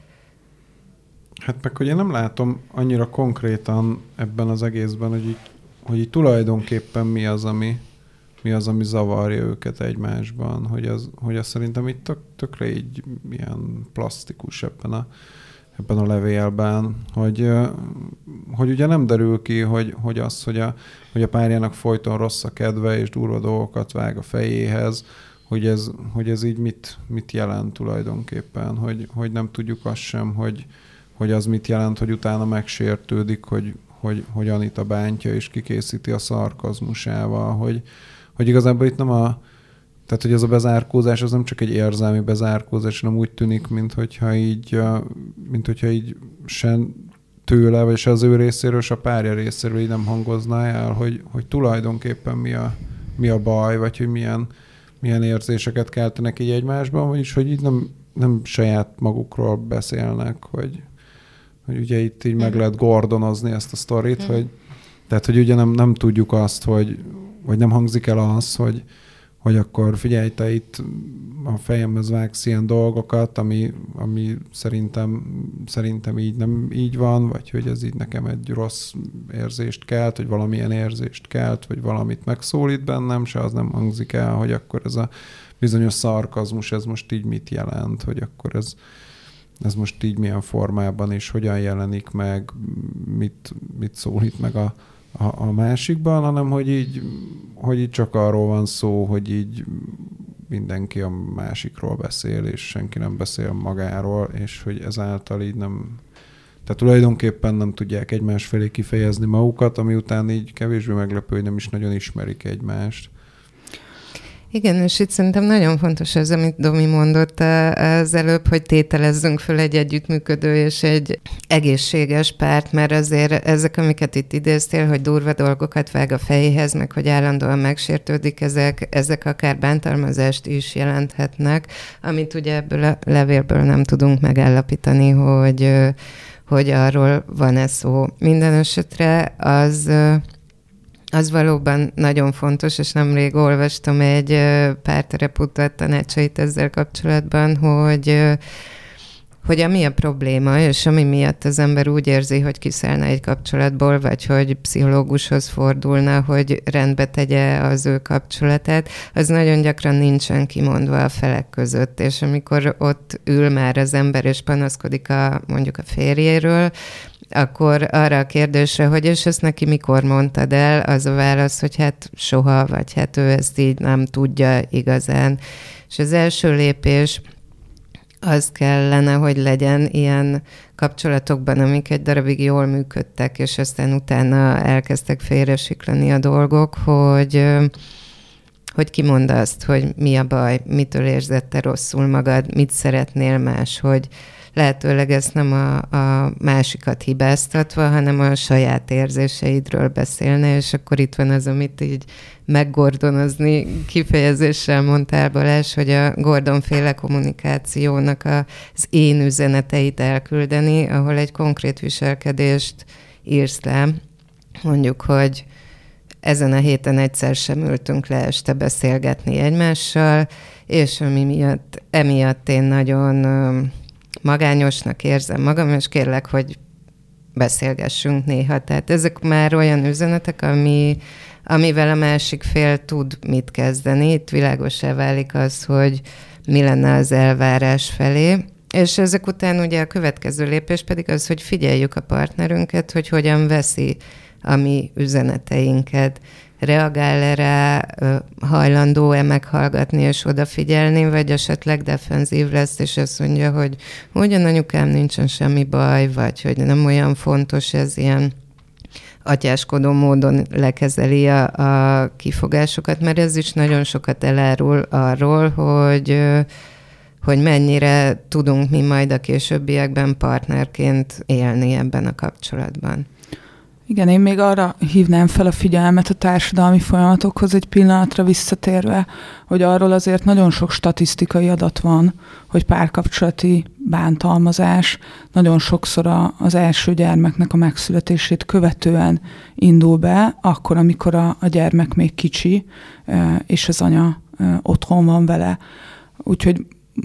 Hát meg, hogy én nem látom annyira konkrétan ebben az egészben, hogy így, hogy így tulajdonképpen mi az, ami, mi az, ami zavarja őket egymásban, hogy az, hogy az szerintem itt tök, tökre így ilyen plastikus ebben a, ebben a levélben, hogy, hogy ugye nem derül ki, hogy, hogy az, hogy a, hogy a párjának folyton rossz a kedve, és durva dolgokat vág a fejéhez, hogy ez, hogy ez így mit, mit jelent tulajdonképpen, hogy, hogy nem tudjuk azt sem, hogy, hogy az mit jelent, hogy utána megsértődik, hogy, hogy, hogy Anita bántja és kikészíti a szarkazmusával, hogy, hogy igazából itt nem a, tehát hogy ez a bezárkózás, az nem csak egy érzelmi bezárkózás, hanem úgy tűnik, mint hogyha így, mint hogyha így sen tőle, vagy se az ő részéről, se a párja részéről így nem hangozná el, hogy, hogy tulajdonképpen mi a, mi a baj, vagy hogy milyen, milyen érzéseket keltenek így egymásban, vagyis hogy így nem, nem saját magukról beszélnek, hogy, hogy ugye itt így meg lehet gordonozni ezt a sztorit, hogy, tehát hogy ugye nem, nem tudjuk azt, hogy, vagy nem hangzik el az, hogy hogy akkor figyelj, te itt a fejemhez vágsz ilyen dolgokat, ami, ami szerintem, szerintem így nem így van, vagy hogy ez így nekem egy rossz érzést kelt, vagy valamilyen érzést kelt, vagy valamit megszólít bennem, se az nem hangzik el, hogy akkor ez a bizonyos szarkazmus, ez most így mit jelent, hogy akkor ez, ez most így milyen formában és hogyan jelenik meg, mit, mit szólít meg a A, a másikban, hanem hogy így, hogy így csak arról van szó, hogy így mindenki a másikról beszél, és senki nem beszél magáról, és hogy ezáltal így nem, tehát tulajdonképpen nem tudják egymás felé kifejezni magukat, ami után így kevésbé meglepő, hogy nem is nagyon ismerik egymást. Igen, és itt szerintem nagyon fontos az, amit Domi mondott az előbb, hogy tételezzünk föl egy együttműködő és egy egészséges párt, mert azért ezek, amiket itt idéztél, hogy durva dolgokat vág a fejéhez, meg hogy állandóan megsértődik, ezek, ezek akár bántalmazást is jelenthetnek, amit ugye ebből a levélből nem tudunk megállapítani, hogy, hogy arról van-e szó. Minden esetre az... az valóban nagyon fontos, és nemrég olvastam egy párterapeuta tanácsait ezzel kapcsolatban, hogy hogy ami a probléma, és ami miatt az ember úgy érzi, hogy kiszállna egy kapcsolatból, vagy hogy pszichológushoz fordulna, hogy rendbe tegye az ő kapcsolatát, az nagyon gyakran nincsen kimondva a felek között, és amikor ott ül már az ember, és panaszkodik a, mondjuk a férjéről, akkor arra a kérdésre, hogy és ezt neki mikor mondtad el, az a válasz, hogy hát soha, vagy hát ő ezt így nem tudja igazán. És az első lépés az kellene, hogy legyen ilyen kapcsolatokban, amik egy darabig jól működtek, és aztán utána elkezdtek félresiklani a dolgok, hogy, hogy kimondd azt, hogy mi a baj, mitől érzed te rosszul magad, mit szeretnél más, hogy lehetőleg ezt nem a, a másikat hibáztatva, hanem a saját érzéseidről beszélne, és akkor itt van az, amit így meggordonozni kifejezéssel mondtál, Balázs, hogy a Gordon-féle kommunikációnak az én üzeneteit elküldeni, ahol egy konkrét viselkedést írsz le, mondjuk, hogy ezen a héten egyszer sem ültünk le este beszélgetni egymással, és ami miatt, emiatt én nagyon magányosnak érzem magam, és kérlek, hogy beszélgessünk néha. Tehát ezek már olyan üzenetek, ami, amivel a másik fél tud mit kezdeni. Itt világossá válik az, hogy mi lenne az elvárás felé. És ezek után ugye a következő lépés pedig az, hogy figyeljük a partnerünket, hogy hogyan veszi a mi üzeneteinket. Reagál-e rá, hajlandó-e meghallgatni és odafigyelni, vagy esetleg defenzív lesz, és azt mondja, hogy ugyan anyukám, nincsen semmi baj, vagy hogy nem olyan fontos, ez ilyen atyáskodó módon lekezeli a, a kifogásokat, mert ez is nagyon sokat elárul arról, hogy, hogy mennyire tudunk mi majd a későbbiekben partnerként élni ebben a kapcsolatban. Igen, én még arra hívnám fel a figyelmet a társadalmi folyamatokhoz egy pillanatra visszatérve, hogy arról azért nagyon sok statisztikai adat van, hogy párkapcsolati bántalmazás nagyon sokszor a, az első gyermeknek a megszületését követően indul be, akkor, amikor a, a gyermek még kicsi, és az anya otthon van vele. Úgyhogy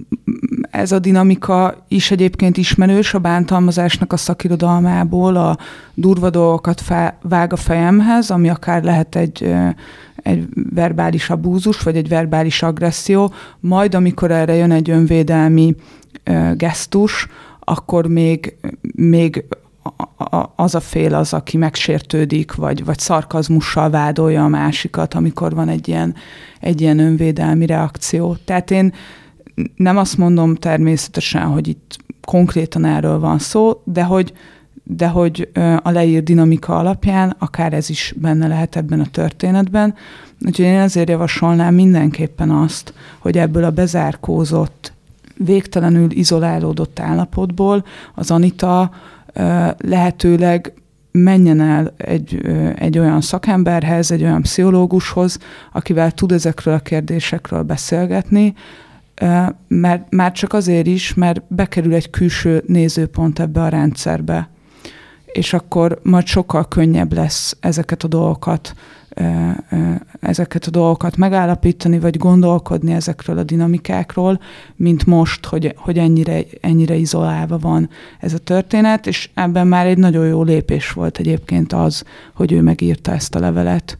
ez a dinamika is egyébként ismerős a bántalmazásnak a szakirodalmából, a durva dolgokat fe, vág a fejemhez, ami akár lehet egy, egy verbális abúzus, vagy egy verbális agresszió, majd amikor erre jön egy önvédelmi gesztus, akkor még, még az a fél az, aki megsértődik, vagy, vagy szarkazmussal vádolja a másikat, amikor van egy ilyen, egy ilyen önvédelmi reakció. Tehát én nem azt mondom természetesen, hogy itt konkrétan erről van szó, de hogy, de hogy a leírt dinamika alapján akár ez is benne lehet ebben a történetben. Úgyhogy én ezért javasolnám mindenképpen azt, hogy ebből a bezárkózott, végtelenül izolálódott állapotból az Anita lehetőleg menjen el egy, egy olyan szakemberhez, egy olyan pszichológushoz, akivel tud ezekről a kérdésekről beszélgetni, mert már csak azért is, mert bekerül egy külső nézőpont ebbe a rendszerbe, és akkor majd sokkal könnyebb lesz ezeket a dolgokat, ezeket a dolgokat megállapítani, vagy gondolkodni ezekről a dinamikákról, mint most, hogy, hogy ennyire, ennyire izolálva van ez a történet, és ebben már egy nagyon jó lépés volt egyébként az, hogy ő megírta ezt a levelet,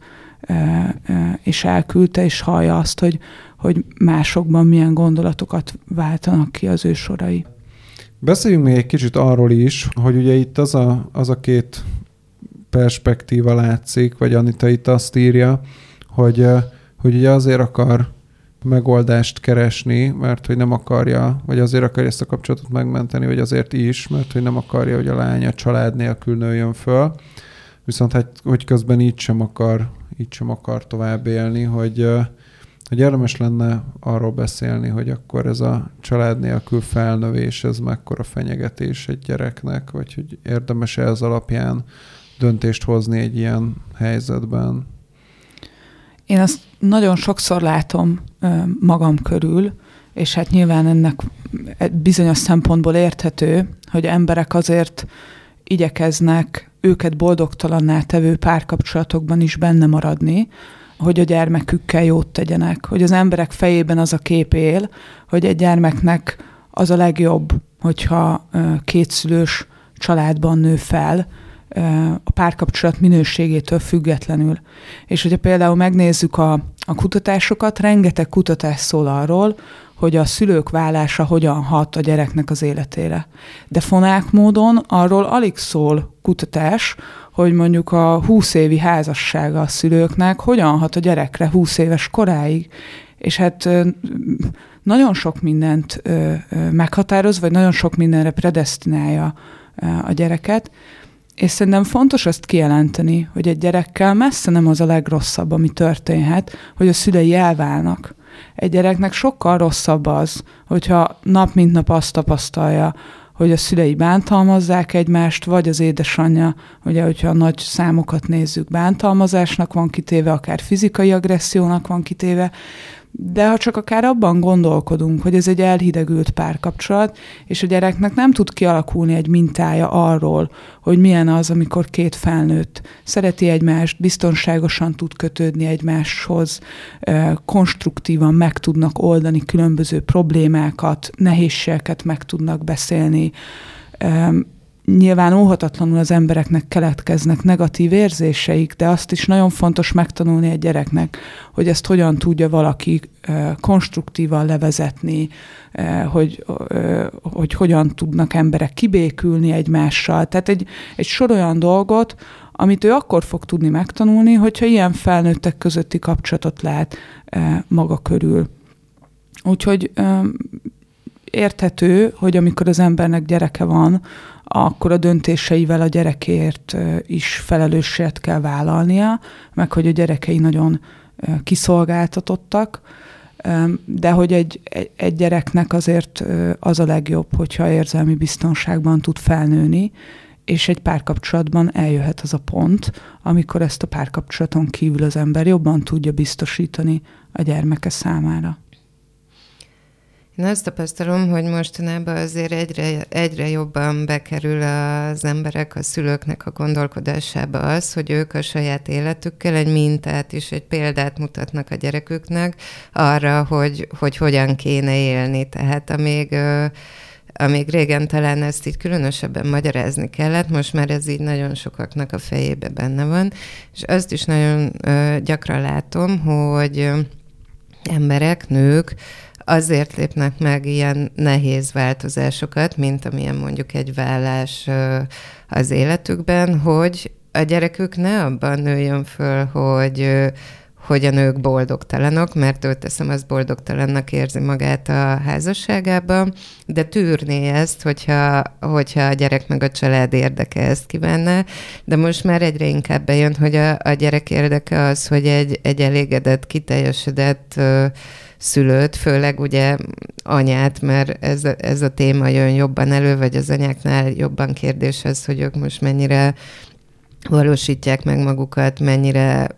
és elküldte, és hallja azt, hogy, hogy másokban milyen gondolatokat váltanak ki az ő sorai. Beszéljünk még egy kicsit arról is, hogy ugye itt az a, az a két perspektíva látszik, vagy Anita itt azt írja, hogy, hogy ugye azért akar megoldást keresni, mert hogy nem akarja, vagy azért akarja ezt a kapcsolatot megmenteni, vagy azért is, mert hogy nem akarja, hogy a lánya család nélkül nőjön föl. Viszont hát, hogy közben így sem akar, így sem akar tovább élni, hogy, hogy érdemes lenne arról beszélni, hogy akkor ez a család nélkül felnövés, ez mekkora fenyegetés egy gyereknek, vagy hogy érdemes-e ez alapján döntést hozni egy ilyen helyzetben? Én azt nagyon sokszor látom magam körül, és hát nyilván ennek bizonyos szempontból érthető, hogy emberek azért igyekeznek őket boldogtalanná tevő párkapcsolatokban is benne maradni, hogy a gyermekükkel jót tegyenek. Hogy az emberek fejében az a kép él, hogy egy gyermeknek az a legjobb, hogyha kétszülős családban nő fel, a párkapcsolat minőségétől függetlenül. És hogyha például megnézzük a, a kutatásokat, rengeteg kutatás szól arról, hogy a szülők válása hogyan hat a gyereknek az életére. De fonák módon arról alig szól kutatás, hogy mondjuk a húsz évi házassága a szülőknek hogyan hat a gyerekre húsz éves koráig. És hát nagyon sok mindent meghatároz, vagy nagyon sok mindenre predesztinálja a gyereket. És szerintem fontos azt kijelenteni, hogy egy gyerekkel messze nem az a legrosszabb, ami történhet, hogy a szülei elválnak. Egy gyereknek sokkal rosszabb az, hogyha nap mint nap azt tapasztalja, hogy a szülei bántalmazzák egymást, vagy az édesanyja, ugye, hogyha a nagy számokat nézzük, bántalmazásnak van kitéve, akár fizikai agressziónak van kitéve, de ha csak akár abban gondolkodunk, hogy ez egy elhidegült párkapcsolat, és a gyereknek nem tud kialakulni egy mintája arról, hogy milyen az, amikor két felnőtt szereti egymást, biztonságosan tud kötődni egymáshoz, konstruktívan meg tudnak oldani különböző problémákat, nehézségeket meg tudnak beszélni. Nyilván óhatatlanul az embereknek keletkeznek negatív érzéseik, de azt is nagyon fontos megtanulni egy gyereknek, hogy ezt hogyan tudja valaki konstruktívan levezetni, hogy, hogy hogyan tudnak emberek kibékülni egymással. Tehát egy, egy sor olyan dolgot, amit ő akkor fog tudni megtanulni, hogyha ilyen felnőttek közötti kapcsolatot lát maga körül. Úgyhogy érthető, hogy amikor az embernek gyereke van, akkor a döntéseivel a gyerekért is felelősséget kell vállalnia, meg hogy a gyerekei nagyon kiszolgáltatottak, de hogy egy, egy gyereknek azért az a legjobb, hogyha érzelmi biztonságban tud felnőni, és egy párkapcsolatban eljöhet az a pont, amikor ezt a párkapcsolaton kívül az ember jobban tudja biztosítani a gyermeke számára. Én azt tapasztalom, hogy mostanában azért egyre, egyre jobban bekerül az emberek, a szülőknek a gondolkodásába az, hogy ők a saját életükkel egy mintát is, egy példát mutatnak a gyereküknek arra, hogy, hogy hogyan kéne élni. Tehát amíg, amíg régen talán ezt így különösebben magyarázni kellett, most már ez így nagyon sokaknak a fejébe benne van, és azt is nagyon gyakran látom, hogy emberek, nők, azért lépnek meg ilyen nehéz változásokat, mint amilyen mondjuk egy vállás az életükben, hogy a gyerekük ne abban nőjön föl, hogy, hogy a nők boldogtalanok, mert ő teszem, az boldogtalannak érzi magát a házasságában, de tűrné ezt, hogyha, hogyha a gyerek meg a család érdeke ezt kívánná, de most már egyre inkább bejön, hogy a, a gyerek érdeke az, hogy egy, egy elégedett, kiteljesedett szülőt, főleg ugye anyát, mert ez a, ez a téma jön jobban elő, vagy az anyáknál jobban kérdés az, hogy ők most mennyire valósítják meg magukat, mennyire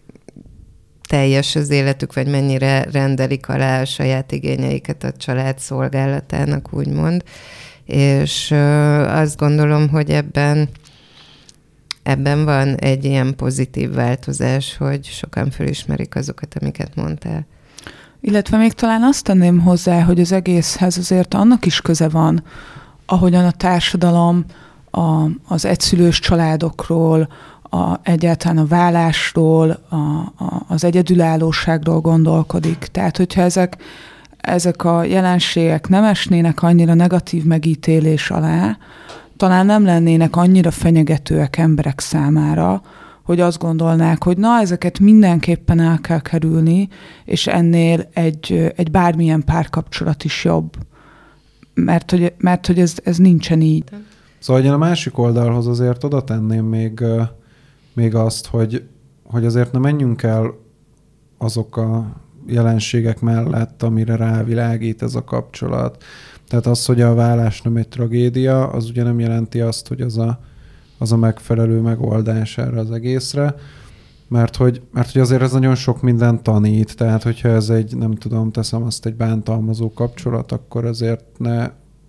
teljes az életük, vagy mennyire rendelik alá a saját igényeiket a család szolgálatának, úgymond. És azt gondolom, hogy ebben ebben van egy ilyen pozitív változás, hogy sokan felismerik azokat, amiket mondtál. Illetve még talán azt tenném hozzá, hogy az egészhez azért annak is köze van, ahogyan a társadalom a, az egyszülős családokról, a, egyáltalán a vállásról, a, a, az egyedülállóságról gondolkodik. Tehát, hogyha ezek, ezek a jelenségek nem esnének annyira negatív megítélés alá, talán nem lennének annyira fenyegetőek emberek számára, hogy azt gondolnák, hogy na, ezeket mindenképpen el kell kerülni, és ennél egy, egy bármilyen párkapcsolat is jobb. Mert hogy, mert, hogy ez, ez nincsen így. Szóval én a másik oldalhoz azért oda tenném még, még azt, hogy, hogy azért ne menjünk el azok a jelenségek mellett, amire rávilágít ez a kapcsolat. Tehát az, hogy a vállás nem egy tragédia, az ugye nem jelenti azt, hogy az a az a megfelelő megoldás erre az egészre, mert hogy, mert hogy azért ez nagyon sok mindent tanít, tehát hogyha ez egy, nem tudom, teszem azt egy bántalmazó kapcsolat, akkor azért ne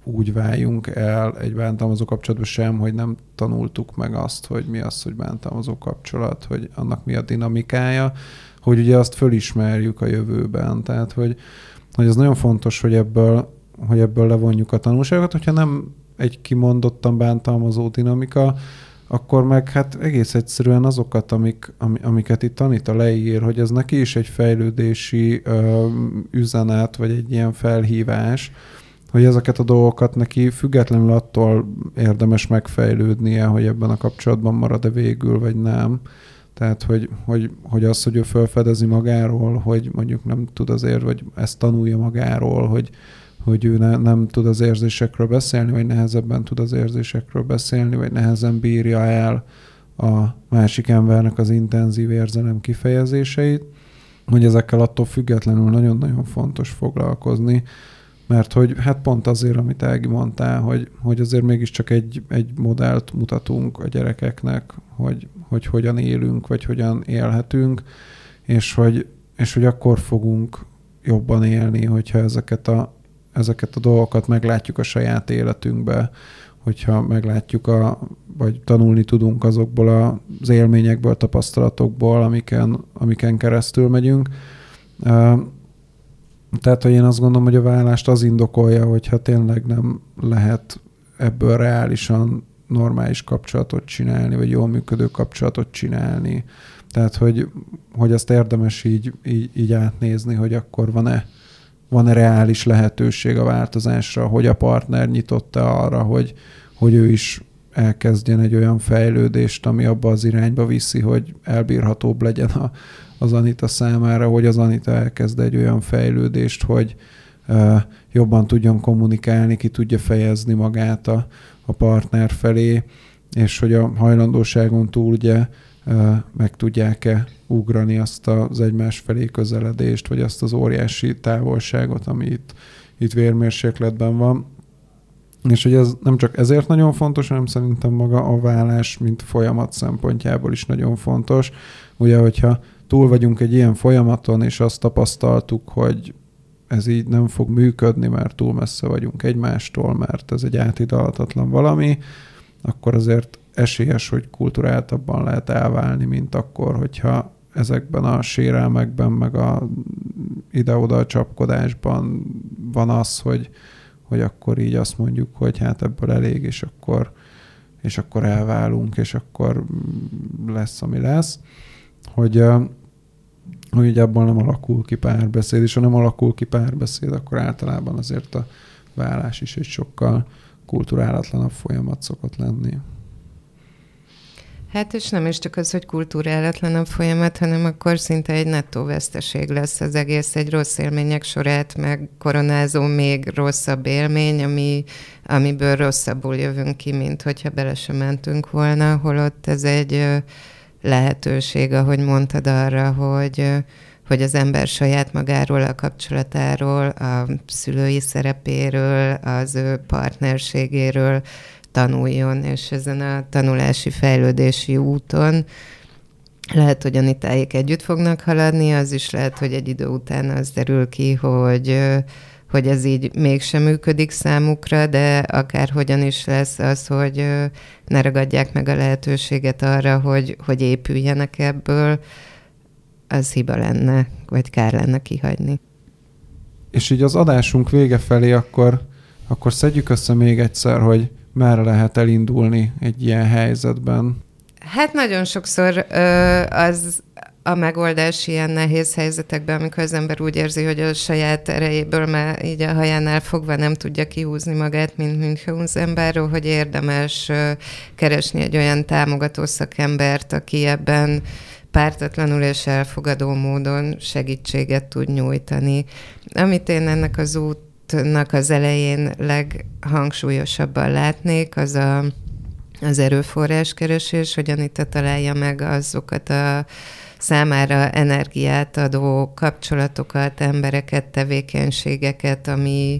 úgy váljunk el egy bántalmazó kapcsolatban sem, hogy nem tanultuk meg azt, hogy mi az, hogy bántalmazó kapcsolat, hogy annak mi a dinamikája, hogy ugye azt fölismerjük a jövőben. Tehát, hogy, hogy ez nagyon fontos, hogy ebből, hogy ebből levonjuk a tanulságokat, hogyha nem egy kimondottan bántalmazó dinamika, akkor meg hát egész egyszerűen azokat, amik, am, amiket itt Anita leír, hogy ez neki is egy fejlődési ö, üzenet, vagy egy ilyen felhívás, hogy ezeket a dolgokat neki függetlenül attól érdemes megfejlődnie, hogy ebben a kapcsolatban marad-e végül, vagy nem. Tehát, hogy, hogy, hogy az, hogy ő felfedezi magáról, hogy mondjuk nem tud azért, vagy ezt tanulja magáról, hogy, hogy ő ne, nem tud az érzésekről beszélni, vagy nehezebben tud az érzésekről beszélni, vagy nehezen bírja el a másik embernek az intenzív érzelem kifejezéseit, hogy ezekkel attól függetlenül nagyon-nagyon fontos foglalkozni, mert hogy hát pont azért, amit Ági mondtál, hogy, hogy azért mégiscsak egy, egy modellt mutatunk a gyerekeknek, hogy, hogy hogyan élünk, vagy hogyan élhetünk, és hogy, és hogy akkor fogunk jobban élni, hogyha ezeket a, ezeket a dolgokat meglátjuk a saját életünkbe, hogyha meglátjuk, a, vagy tanulni tudunk azokból az élményekből, tapasztalatokból, amiken, amiken keresztül megyünk. Tehát, hogy én azt gondolom, hogy a válást az indokolja, hogyha tényleg nem lehet ebből reálisan normális kapcsolatot csinálni, vagy jól működő kapcsolatot csinálni. Tehát, hogy, hogy azt érdemes így, így, így átnézni, hogy akkor van-e, van-e reális lehetőség a változásra, hogy a partner nyitotta arra, hogy, hogy ő is elkezdjen egy olyan fejlődést, ami abba az irányba viszi, hogy elbírhatóbb legyen a, az Anita számára, hogy az Anita elkezd egy olyan fejlődést, hogy uh, jobban tudjon kommunikálni, ki tudja fejezni magát a, a partner felé, és hogy a hajlandóságon túl ugye uh, meg tudják-e ugrani azt az egymás felé közeledést, vagy azt az óriási távolságot, ami itt, itt vérmérsékletben van. És hogy ez nem csak ezért nagyon fontos, hanem szerintem maga a válás, mint folyamat szempontjából is nagyon fontos. Ugye, hogyha túl vagyunk egy ilyen folyamaton, és azt tapasztaltuk, hogy ez így nem fog működni, mert túl messze vagyunk egymástól, mert ez egy átidalhatatlan valami, akkor azért esélyes, hogy kulturáltabban lehet elválni, mint akkor, hogyha ezekben a sérelmekben, meg a ide-oda a csapkodásban van az, hogy, hogy akkor így azt mondjuk, hogy hát ebből elég, és akkor, és akkor elválunk, és akkor lesz, ami lesz. Hogy, hogy abból nem alakul ki párbeszéd, és ha nem alakul ki párbeszéd, akkor általában azért a válás is egy sokkal kulturálatlanabb folyamat szokott lenni. Hát és nem is csak az, hogy kulturálatlanabb folyamat, hanem akkor szinte egy nettó veszteség lesz az egész, egy rossz élmények sorát, meg koronázó még rosszabb élmény, ami, amiből rosszabbul jövünk ki, mint hogyha bele sem mentünk volna, holott ez egy lehetőség, ahogy mondtad arra, hogy, hogy az ember saját magáról, a kapcsolatáról, a szülői szerepéről, az ő partnerségéről tanuljon, és ezen a tanulási, fejlődési úton lehet, hogy Anitáék együtt fognak haladni, az is lehet, hogy egy idő után az derül ki, hogy, hogy ez így mégsem működik számukra, de akárhogyan is lesz az, hogy ne ragadják meg a lehetőséget arra, hogy, hogy épüljenek ebből, az hiba lenne, vagy kár lenne kihagyni. És így az adásunk vége felé akkor, akkor szedjük össze még egyszer, hogy merre lehet elindulni egy ilyen helyzetben? Hát nagyon sokszor ö, az a megoldás ilyen nehéz helyzetekben, amikor az ember úgy érzi, hogy a saját erejéből már így a hajánál fogva nem tudja kihúzni magát, mint Münchhausenbáról, hogy érdemes ö, keresni egy olyan támogató szakembert, aki ebben pártatlanul és elfogadó módon segítséget tud nyújtani. Amit én ennek az útnak az elején leghangsúlyosabban látnék, az a, az erőforráskeresés, hogy Anita találja meg azokat a számára energiát adó kapcsolatokat, embereket, tevékenységeket, ami,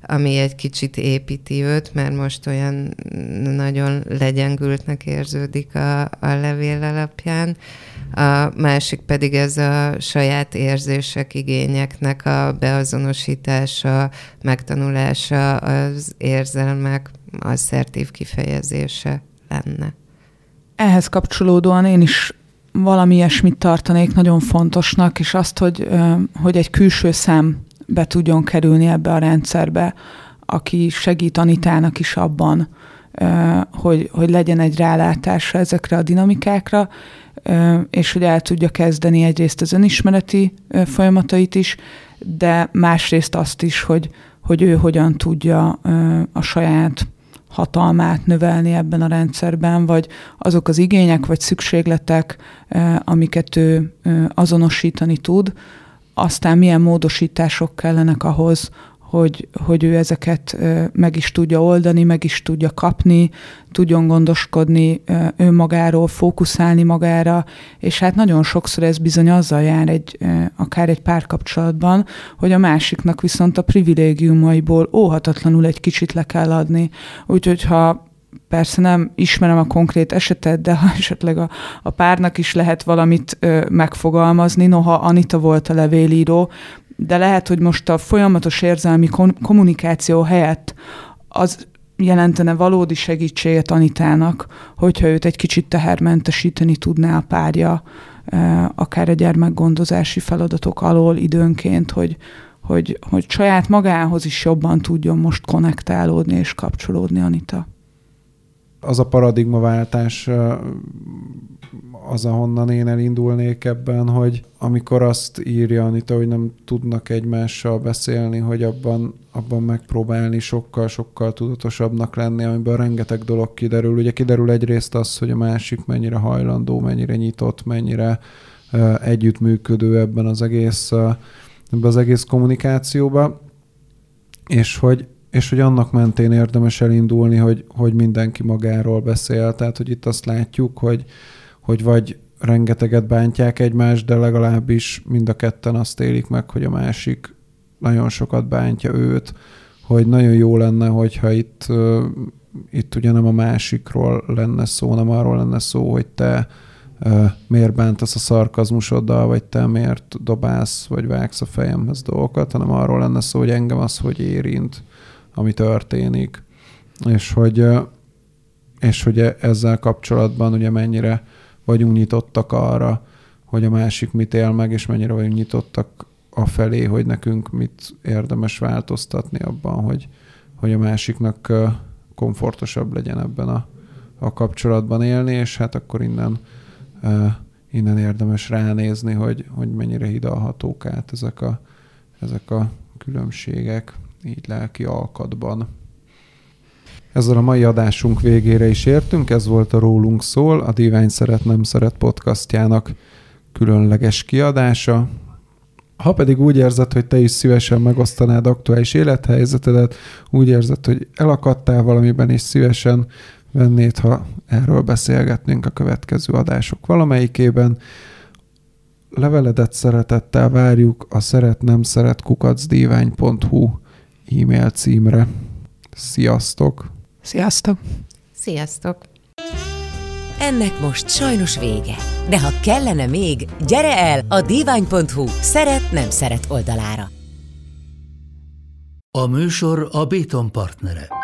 ami egy kicsit építi őt, mert most olyan nagyon legyengültnek érződik a, a levél alapján. A másik pedig ez a saját érzések, igényeknek a beazonosítása, megtanulása, az érzelmek asszertív kifejezése lenne. Ehhez kapcsolódóan én is valami ilyesmit tartanék nagyon fontosnak, és azt, hogy, hogy egy külső szem be tudjon kerülni ebbe a rendszerbe, aki segít Anitának is abban, hogy, hogy legyen egy rálátása ezekre a dinamikákra, és hogy el tudja kezdeni egyrészt az önismereti folyamatait is, de másrészt azt is, hogy, hogy ő hogyan tudja a saját hatalmát növelni ebben a rendszerben, vagy azok az igények, vagy szükségletek, amiket ő azonosítani tud, aztán milyen módosítások kellenek ahhoz, hogy, hogy ő ezeket meg is tudja oldani, meg is tudja kapni, tudjon gondoskodni önmagáról, fókuszálni magára, és hát nagyon sokszor ez bizony azzal jár egy, akár egy párkapcsolatban, hogy a másiknak viszont a privilégiumaiból óhatatlanul egy kicsit le kell adni. Úgyhogy ha persze nem ismerem a konkrét esetet, de ha esetleg a, a párnak is lehet valamit ö, megfogalmazni, noha Anita volt a levélíró, de lehet, hogy most a folyamatos érzelmi kommunikáció helyett az jelentene valódi segítséget Anitának, hogyha őt egy kicsit tehermentesíteni tudná a párja, akár a gyermekgondozási feladatok alól időnként, hogy, hogy, hogy saját magához is jobban tudjon most konnektálódni és kapcsolódni Anita. Az a paradigmaváltás az, ahonnan én elindulnék ebben, hogy amikor azt írja Anita, hogy nem tudnak egymással beszélni, hogy abban, abban megpróbálni sokkal-sokkal tudatosabbnak lenni, amiben rengeteg dolog kiderül. Ugye kiderül egyrészt az, hogy a másik mennyire hajlandó, mennyire nyitott, mennyire uh, együttműködő ebben az egész, uh, ebben az egész kommunikációban, és hogy és hogy annak mentén érdemes elindulni, hogy, hogy mindenki magáról beszél. Tehát, hogy itt azt látjuk, hogy, hogy vagy rengeteget bántják egymást, de legalábbis mind a ketten azt élik meg, hogy a másik nagyon sokat bántja őt, hogy nagyon jó lenne, hogyha itt, uh, itt ugye nem a másikról lenne szó, nem arról lenne szó, hogy te uh, miért bántasz a szarkazmusoddal, vagy te miért dobálsz, vagy vágsz a fejemhez dolgokat, hanem arról lenne szó, hogy engem az, hogy érint, ami történik, és hogy, és hogy ezzel kapcsolatban ugye mennyire vagyunk nyitottak arra, hogy a másik mit él meg, és mennyire vagyunk nyitottak afelé, hogy nekünk mit érdemes változtatni abban, hogy, hogy a másiknak komfortosabb legyen ebben a, a kapcsolatban élni, és hát akkor innen, innen érdemes ránézni, hogy, hogy mennyire hidalhatók át ezek a, ezek a különbségek, így lelki alkatban. Ezzel a mai adásunk végére is értünk, ez volt a Rólunk szól, a Divány szeret nem szeret podcastjának különleges kiadása. Ha pedig úgy érzed, hogy te is szívesen megosztanád aktuális élethelyzetedet, úgy érzed, hogy elakadtál valamiben, és szívesen vennéd, ha erről beszélgetnénk a következő adások valamelyikében, leveledet szeretettel várjuk a szeretnemszeret kukac divány pont hu e-mail címre. Sziasztok! Sziasztok! Sziasztok! Ennek most sajnos vége. De ha kellene még, gyere el a divány pont hu szeret-nem szeret oldalára. A műsor a Béton partnere.